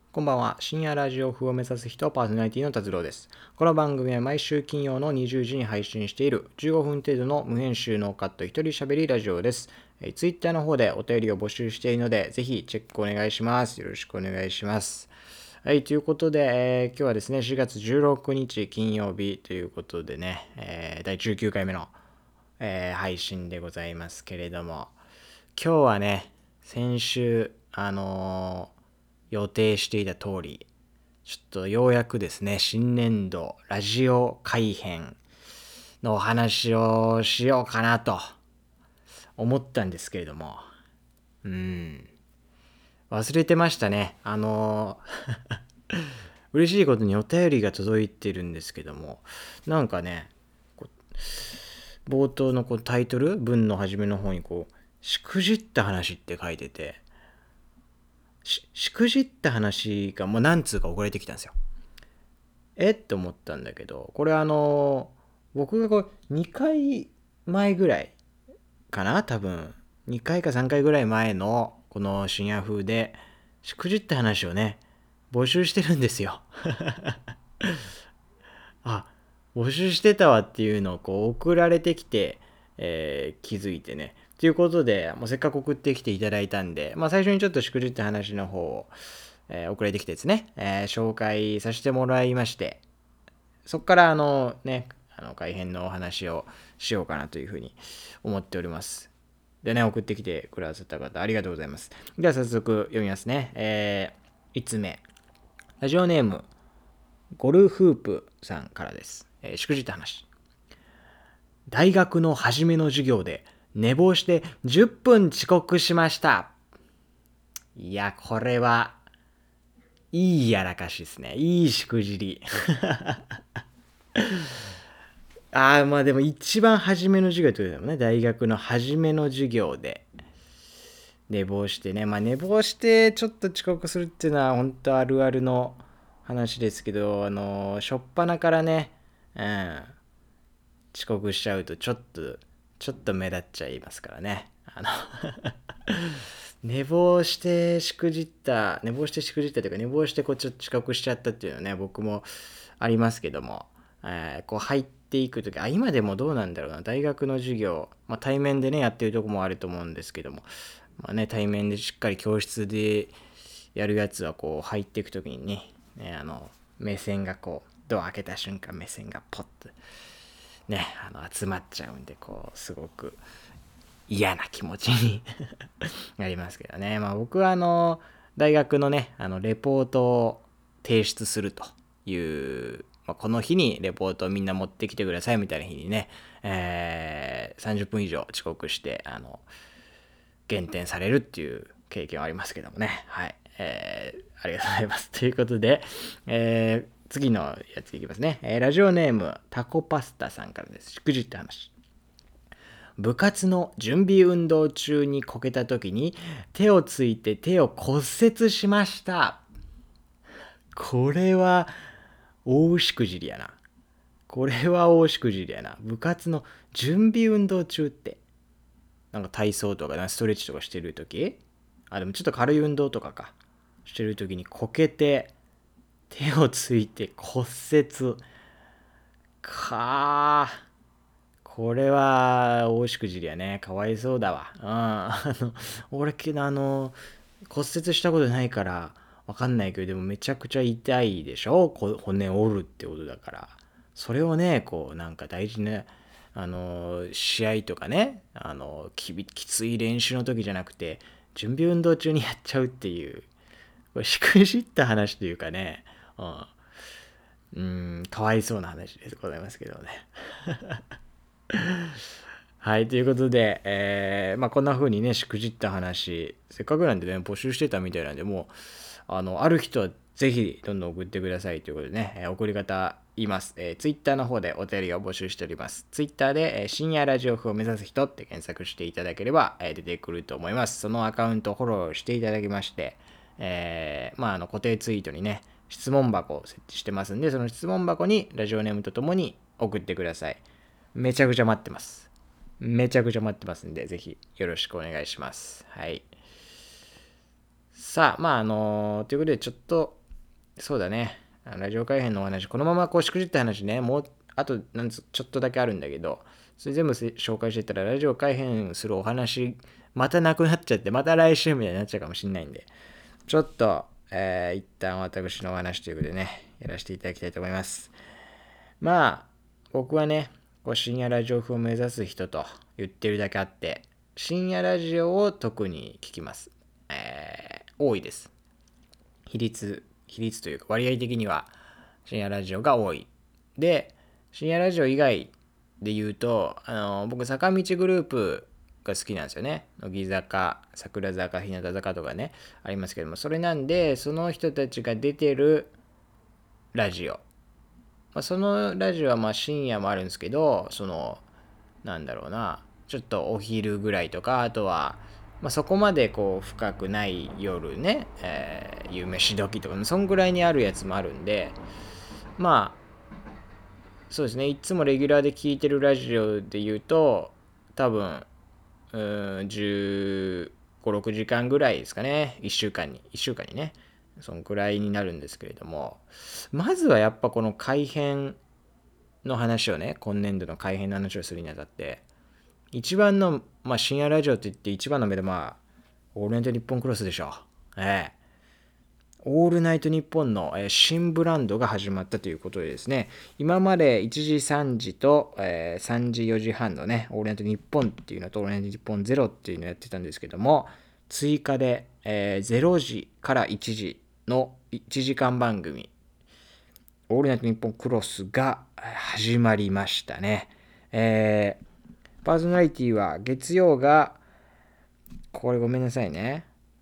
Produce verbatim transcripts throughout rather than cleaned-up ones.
こんばんは。深夜ラジオ風を目指す人、パーソナリティの達郎です。この番組は毎週金曜のにじゅうじに配信しているじゅうごふん程度の無編集ノーカット一人喋りラジオです。えー、ツイッターの方でお便りを募集しているので、ぜひチェックお願いします。よろしくお願いします。はい、ということで、えー今日はですね、しがつじゅうろくにち金曜日ということでね、えーだいじゅうきゅうかいめの、えー配信でございますけれども、今日はね、先週、あのー予定していた通り、ちょっとようやくですね、新年度ラジオ改編のお話をしようかなと思ったんですけれども、うーん、忘れてましたね。あのー嬉しいことにお便りが届いてるんですけども、なんかね、冒頭のこうタイトル、文の初めの方にこう、しくじった話って書いてて、ししくじった話がもう何通か送られてきたんですよ。えって思ったんだけど、これあの僕がこうにかいまえぐらいかな、多分にかいかさんかいぐらい前のこの深夜風でしくじった話をね募集してるんですよ。あ、募集してたわっていうのをこう送られてきて、えー気づいてね。ということで、もうせっかく送ってきていただいたんで、まあ最初にちょっとしくじった話の方を、えー送られてきてですね、えー紹介させてもらいまして、そこからあのね、あの改編のお話をしようかなというふうに思っております。でね、送ってきてくださった方、ありがとうございます。では早速読みますね。えー、いつつめ。ラジオネーム、ゴルフープさんからです。えー、しくじった話。大学の初めの授業で寝坊してじゅっぷん遅刻しました。いや、これは、いいやらかしですね。いいしくじり。ああ、まあでも一番初めの授業ってことだもんね。大学の初めの授業で寝坊してね。まあ寝坊してちょっと遅刻するっていうのは本当あるあるの話ですけど、あの、しょっぱなからね、うん、遅刻しちゃうとちょっと、ちょっと目立っちゃいますからね。あの寝坊してしくじった、寝坊してしくじったというか、寝坊してこうちょっと遅刻しちゃったっていうのはね、僕もありますけども、えーこう入っていくとき、あ、今でもどうなんだろうな、大学の授業、まあ対面でね、やってるとこもあると思うんですけども、まあね、対面でしっかり教室でやるやつはこう入っていくときにね、ね、あの、目線がこう、ドア開けた瞬間目線がポッとね、あの集まっちゃうんで、こう、すごく嫌な気持ちになりますけどね。まあ僕はあの、大学のね、あの、レポートを提出するという、まあ、この日にレポートをみんな持ってきてくださいみたいな日にね、えー、さんじゅっぷん以上遅刻して、あの、減点されるっていう経験はありますけどもね。はい。えー、ありがとうございます。ということで、えー、次のやついきますね。えー、ラジオネーム、タコパスタさんからです。しくじった話。部活の準備運動中にこけた時に手をついて手を骨折しました。これは大しくじりやな。これは大しくじりやな。部活の準備運動中って、なんか体操とかストレッチとかしてる時、あ、でもちょっと軽い運動とかか。してる時にこけて手をついて骨折。かー。これは大しくじりやね。かわいそうだわ。うん。あの、俺けどあの、骨折したことないからわかんないけど、でもめちゃくちゃ痛いでしょ、こ骨折るってことだから。それをね、こうなんか大事な、あの、試合とかね、あの、きびきつい練習の時じゃなくて、準備運動中にやっちゃうっていう、これしくじった話というかね、うん。うん、かわいそうな話でございますけどね。はい、ということで、えーまあ、こんな風にね、しくじった話、せっかくなんでね、募集してたみたいなんで、もう、あの、ある人はぜひどんどん送ってくださいということでね、えー送り方言います。えー、ツイッターの方でお便りを募集しております。ツイッターで、えー深夜ラジオ風を目指す人って検索していただければ、えー出てくると思います。そのアカウントをフォローしていただきまして、えーまあ、あの固定ツイートにね、質問箱を設置してますんで、その質問箱にラジオネームとともに送ってください。めちゃくちゃ待ってます。めちゃくちゃ待ってますんで、ぜひよろしくお願いします。はい。さあ、まあ、あのーということで、ちょっとそうだね。ラジオ改編のお話、このままこうしくじった話ね、もう、あと、なんつ、ちょっとだけあるんだけど、それ全部紹介してたら、ラジオ改編するお話、またなくなっちゃって、また来週みたいになっちゃうかもしれないんで、ちょっと、えー、一旦私のお話ということでね、やらせていただきたいと思います。まあ、僕はね、こう深夜ラジオ風を目指す人と言ってるだけあって、深夜ラジオを特に聞きます。えー、多いです。比率、比率というか割合的には深夜ラジオが多い。で、深夜ラジオ以外で言うと、あの僕、坂道グループが好きなんですよね。乃木坂、桜坂、日向坂とかね、ありますけども、それなんで、その人たちが出てるラジオ。まあ、そのラジオはまあ深夜もあるんですけど、その、なんだろうな、ちょっとお昼ぐらいとか、あとは、まあ、そこまでこう深くない夜ね、えー、夕飯時とか、そんぐらいにあるやつもあるんで、まあ、そうですね、いつもレギュラーで聞いてるラジオで言うと、多分、うーん、じゅうご、ろくじかんぐらいですかね、いっしゅうかんに、いっしゅうかんにね、そんくらいになるんですけれども、まずはやっぱこの改編の話をね、今年度の改編の話をするにあたって、一番の、まあ、深夜ラジオといって一番の目玉は、オールナイトニッポンクロスでしょ。ええ。オールナイトニッポンの、えー新ブランドが始まったということでですね、今までいちじさんじと、えーさんじよじはんのね、オールナイトニッポンっていうのとオールナイトニッポンゼロっていうのをやってたんですけども、追加で、えーゼロじからいちじのいちじかん番組、オールナイトニッポンクロスが始まりましたね。えーパーソナリティは月曜が、これごめんなさいね。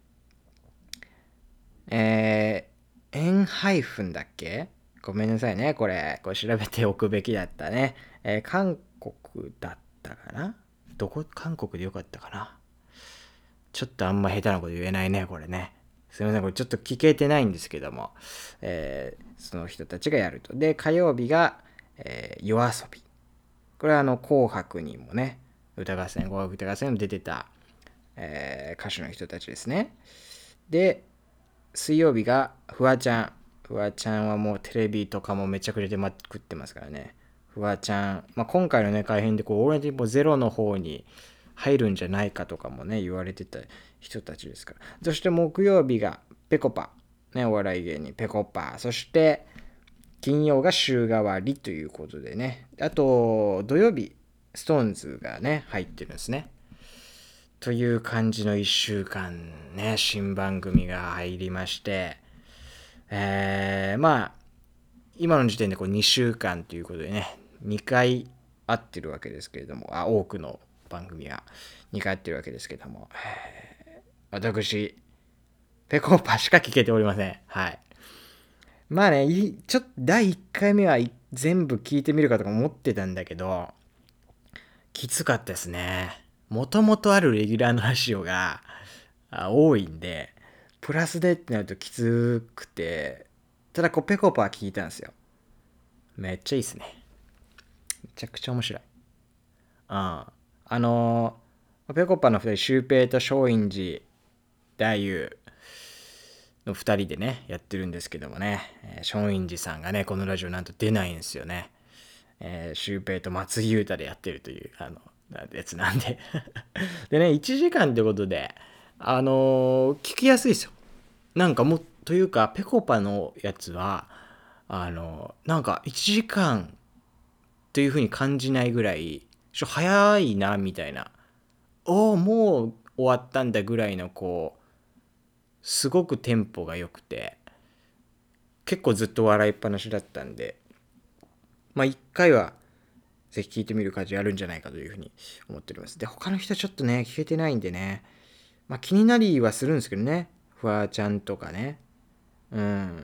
えー、エンハイフンだっけ、ごめんなさいね。これ、これ調べておくべきだったね。えー、韓国だったかな、どこ、韓国でよかったかな、ちょっとあんま下手なこと言えないね、これね。すいません、これちょっと聞けてないんですけども、えー、その人たちがやると。で、火曜日が、えー、夜遊び。これはあの、紅白にもね、歌合戦、紅白歌合戦にも出てた、えー歌手の人たちですね。で、水曜日がフワちゃん。フワちゃんはもうテレビとかもめちゃくちゃ出まくってますからね。フワちゃん。まあ、今回のね、改編でこう、オールナイトニッポンゼロの方に入るんじゃないかとかもね、言われてた人たちですから。そして木曜日がペコパ。ね、お笑い芸人ペコパ。そして、金曜が週替わりということでね。あと、土曜日、ストーンズがね、入ってるんですね。という感じのいっしゅうかんね、新番組が入りまして、えー、まあ、今の時点でこうにしゅうかんということでね、にかい会ってるわけですけれども、あ、多くの番組がにかい会ってるわけですけれども、えー私、ペコパしか聞けておりません。はい。まあね、ちょっとだいいっかいめは全部聞いてみるかとか思ってたんだけど、きつかったですね。もともとあるレギュラーのラジオが多いんで、プラスでってなるときつくて、ただこうペコパは聞いたんですよ。めっちゃいいっすね。めちゃくちゃ面白い。うん。あのー、ペコパのふたり、シュウペイと松陰寺太夫のふたりでね、やってるんですけどもね、えー、松陰寺さんがね、このラジオなんと出ないんですよね。えー、シュウペイと松井裕太でやってるという、あの、やつなんででね、いちじかんってことで、あのー聞きやすいですよ。なんかも、というか、ペコパのやつは、あのーなんかいちじかんという風に感じないぐらい、ちょ早いな、みたいな。おお、もう終わったんだぐらいの、こう、すごくテンポが良くて、結構ずっと笑いっぱなしだったんで、まあ一回は、ぜひ聞いてみる価値あるんじゃないかというふうに思っております。で、他の人はちょっとね、聞けてないんでね、まあ気になりはするんですけどね、フワちゃんとかね。うん。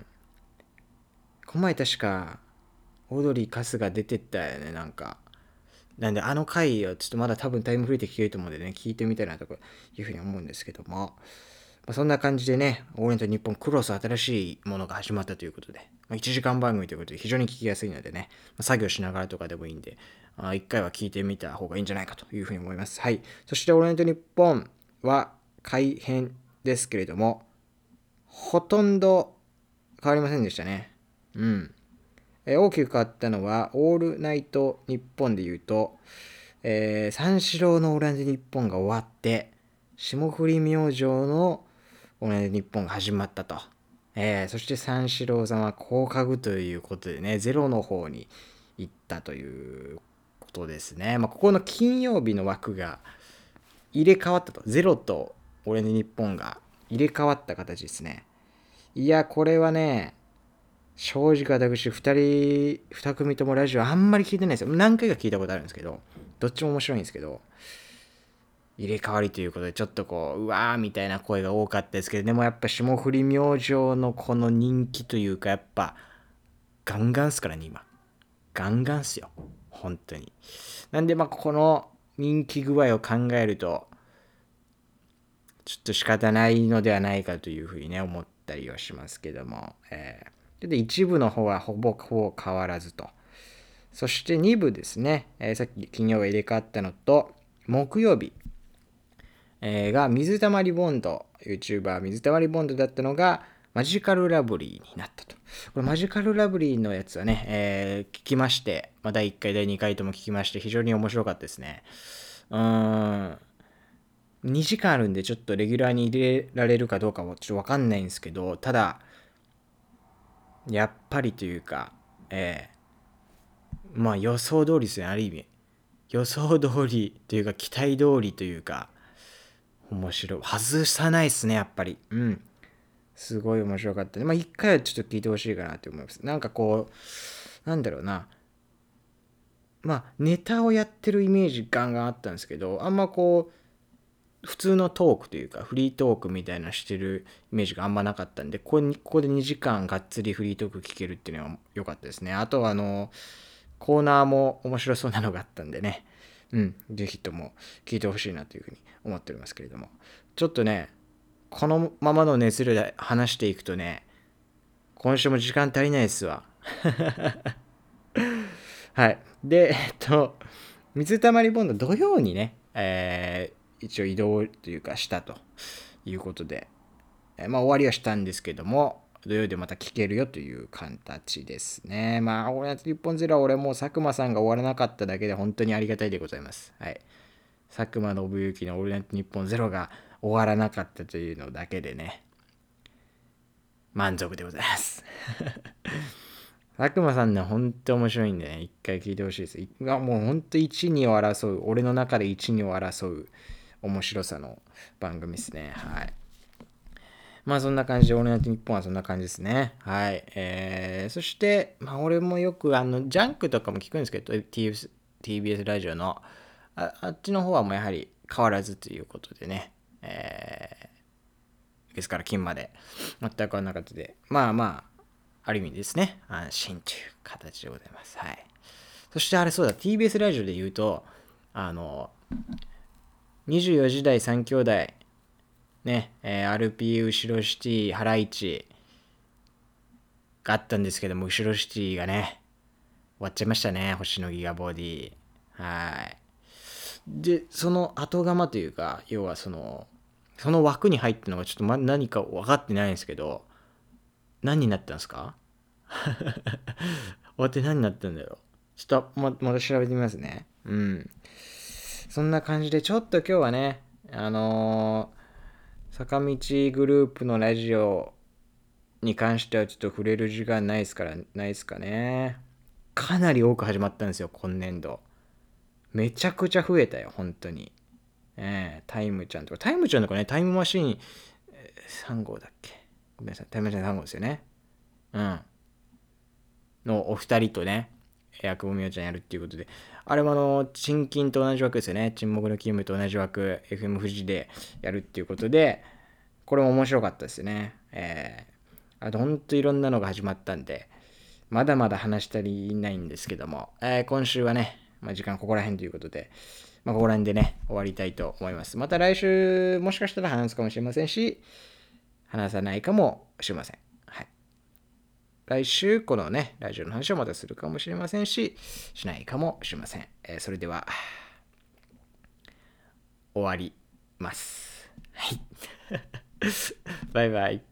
この前確か、オードリー春日出てったよね、なんか。なんで、あの回をちょっとまだ多分タイムフリーで聞けると思うんでね、聞いてみたいなというふうに思うんですけども、まあ、そんな感じでね、オールナイトニッポンクロス新しいものが始まったということで、まあ、いちじかん番組ということで非常に聞きやすいのでね、まあ、作業しながらとかでもいいんで、あいっかいは聞いてみた方がいいんじゃないかというふうに思います。はい。そしてオールナイトニッポンは改編ですけれども、ほとんど変わりませんでしたね。うん。えー大きく変わったのは、オールナイト日本で言うと、えー三四郎のオールナイト日本が終わって、霜降り明星のオールナイト日本が始まったと。えーそして三四郎さんは降格ということでね、ゼロの方に行ったということですね。まあ、ここの金曜日の枠が入れ替わったと。ゼロとオールナイト日本が入れ替わった形ですね。いや、これはね、正直私、二人、二組ともラジオあんまり聞いてないですよ。何回か聞いたことあるんですけど、どっちも面白いんですけど、入れ替わりということで、ちょっとこう、うわーみたいな声が多かったですけど、でもやっぱ霜降り明星のこの人気というか、やっぱ、ガンガンっすからね、今。ガンガンっすよ。本当に。なんで、まあ、この人気具合を考えると、ちょっと仕方ないのではないかというふうにね、思ったりはしますけども、えー、で、一部の方はほぼほぼ変わらずと。そしてに部ですね、えー、さっき金曜が入れ替わったのと、木曜日、えーが水溜りボンド、YouTuber 水溜りボンドだったのが、マジカルラブリーになったと。これマジカルラブリーのやつはね、えー聞きまして、まあ、だいいっかい、だいにかいとも聞きまして、非常に面白かったですね。うーん、にじかんあるんで、ちょっとレギュラーに入れられるかどうかもちょっとわかんないんですけど、ただ、やっぱりというか、えーまあ予想通りですね、ある意味。予想通りというか、期待通りというか、面白い。外さないですね、やっぱり。うん。すごい面白かったね。まあ一回はちょっと聞いてほしいかなと思います。なんかこう、なんだろうな。まあネタをやってるイメージガンガンあったんですけど、あんまこう、普通のトークというか、フリートークみたいなしてるイメージがあんまなかったんで、ここにここでにじかんがっつりフリートーク聞けるっていうのは良かったですね。あとはあの、コーナーも面白そうなのがあったんでね。うん、ぜひとも聞いてほしいなというふうに思っておりますけれども。ちょっとね、このままの熱量で話していくとね、今週も時間足りないですわ。はい。で、えっと、水溜りボンド土曜にね、えー一応移動というかしたということで、えーまあ終わりはしたんですけども、土曜でまた聞けるよという形ですね。まあ、俺は日本ゼロは俺もう佐久間さんが終わらなかっただけで本当にありがたいでございます。はい。佐久間信之のオールナイトニッポンゼロが終わらなかったというのだけでね、満足でございます。佐久間さんね、ほんと面白いんでね、一回聞いてほしいです。いもうほんといち、にを争う、俺の中でいち、にを争う面白さの番組ですね。はい。まあそんな感じで、オールナイトニッポンはそんな感じですね。はい。えー、そして、まあ俺もよくあの、ジャンクとかも聞くんですけど、ティービーエス、ティービーエス ラジオの、ああっちの方はもうやはり変わらずということでね、えー、月から金まで全く変わらなかったで、まあまあ、ある意味ですね、安心という形でございます。はい。そしてあれそうだ、ティービーエス ラジオで言うと、あの、にじゅうよじ台さん兄弟、ね、えー、アールピー、後ろシティ、ハライチがあったんですけども、後ろシティがね、終わっちゃいましたね、星のギガボディ。はい。で、その後釜というか、要はその、その枠に入ったのがちょっと、ま、何か分かってないんですけど、何になったんですか？終わって何になったんだろう。ちょっとま、また調べてみますね。うん。そんな感じで、ちょっと今日はね、あのー、坂道グループのラジオに関してはちょっと触れる時間ないですから、ないですかね。かなり多く始まったんですよ、今年度。めちゃくちゃ増えたよ、本当に。えー、タイムちゃんとか、タイムちゃんとかね、タイムマシーンさん号だっけ？ごめんなさい、タイムマシーンさん号ですよね。うん。のお二人とね、薬母みおちゃんやるっていうことで、あれもあの、沈金と同じ枠ですよね。沈黙の勤務と同じ枠、エフエム 富士でやるっていうことで、これも面白かったですね。えー、あとほんといろんなのが始まったんで、まだまだ話したりないんですけども、えー、今週はね、まあ、時間ここら辺ということで、まあ、ここら辺でね、終わりたいと思います。また来週、もしかしたら話すかもしれませんし、話さないかもしれません。はい。来週、このね、ラジオの話をまたするかもしれませんし、しないかもしれません。えー、それでは、終わります。はい。バイバイ。